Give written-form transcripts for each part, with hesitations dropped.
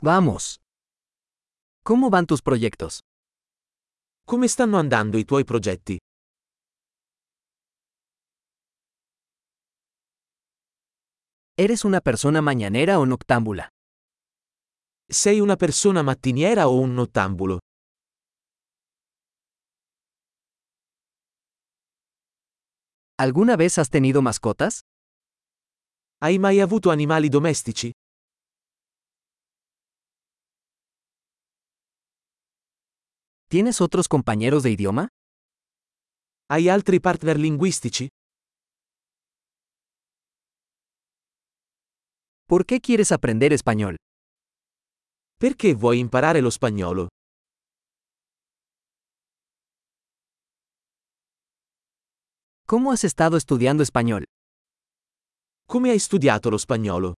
Vamos. ¿Cómo van tus proyectos? Come stanno andando i tuoi progetti? ¿Eres una persona mañanera o noctámbula? Sei una persona mattiniera o un nottambulo? ¿Alguna vez has tenido mascotas? Hai mai avuto animali domestici? ¿Tienes otros compañeros de idioma? Hai altri partner linguistici? ¿Por qué quieres aprender español? Perché vuoi imparare lo spagnolo? ¿Cómo has estado estudiando español? Come hai studiato lo spagnolo?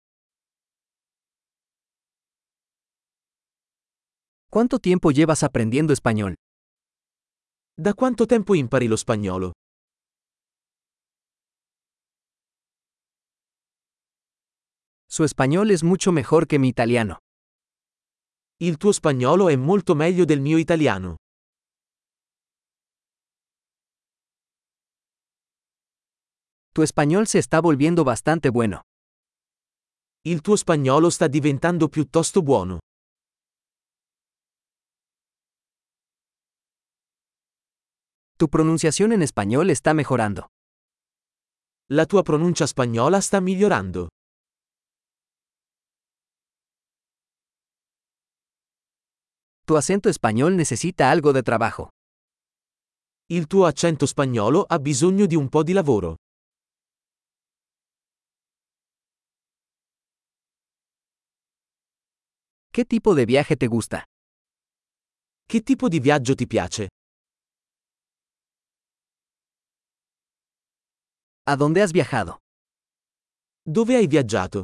¿Cuánto tiempo llevas aprendiendo español? Da quanto tempo impari lo spagnolo? Su español es mucho mejor que mi italiano. Il tuo spagnolo è molto meglio del mio italiano. Tu español se está volviendo bastante bueno. Il tuo spagnolo sta diventando piuttosto buono. Tu pronunciación en español está mejorando. La tua pronuncia spagnola sta migliorando. Tu acento español necesita algo de trabajo. Il tuo accento spagnolo ha bisogno di un po' di lavoro. ¿Qué tipo de viaje te gusta? Che tipo di viaggio ti piace? ¿A dónde has viajado? Dove hai viaggiato?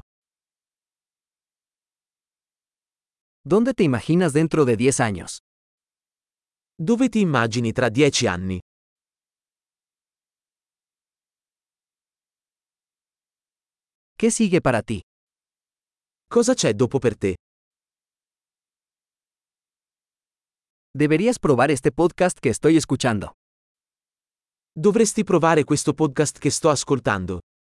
¿Dónde te imaginas dentro de 10 años? Dove ti immagini tra 10 anni? ¿Qué sigue para ti? Cosa c'è dopo per te? Deberías probar este podcast que estoy escuchando. Dovresti provare questo podcast che sto ascoltando.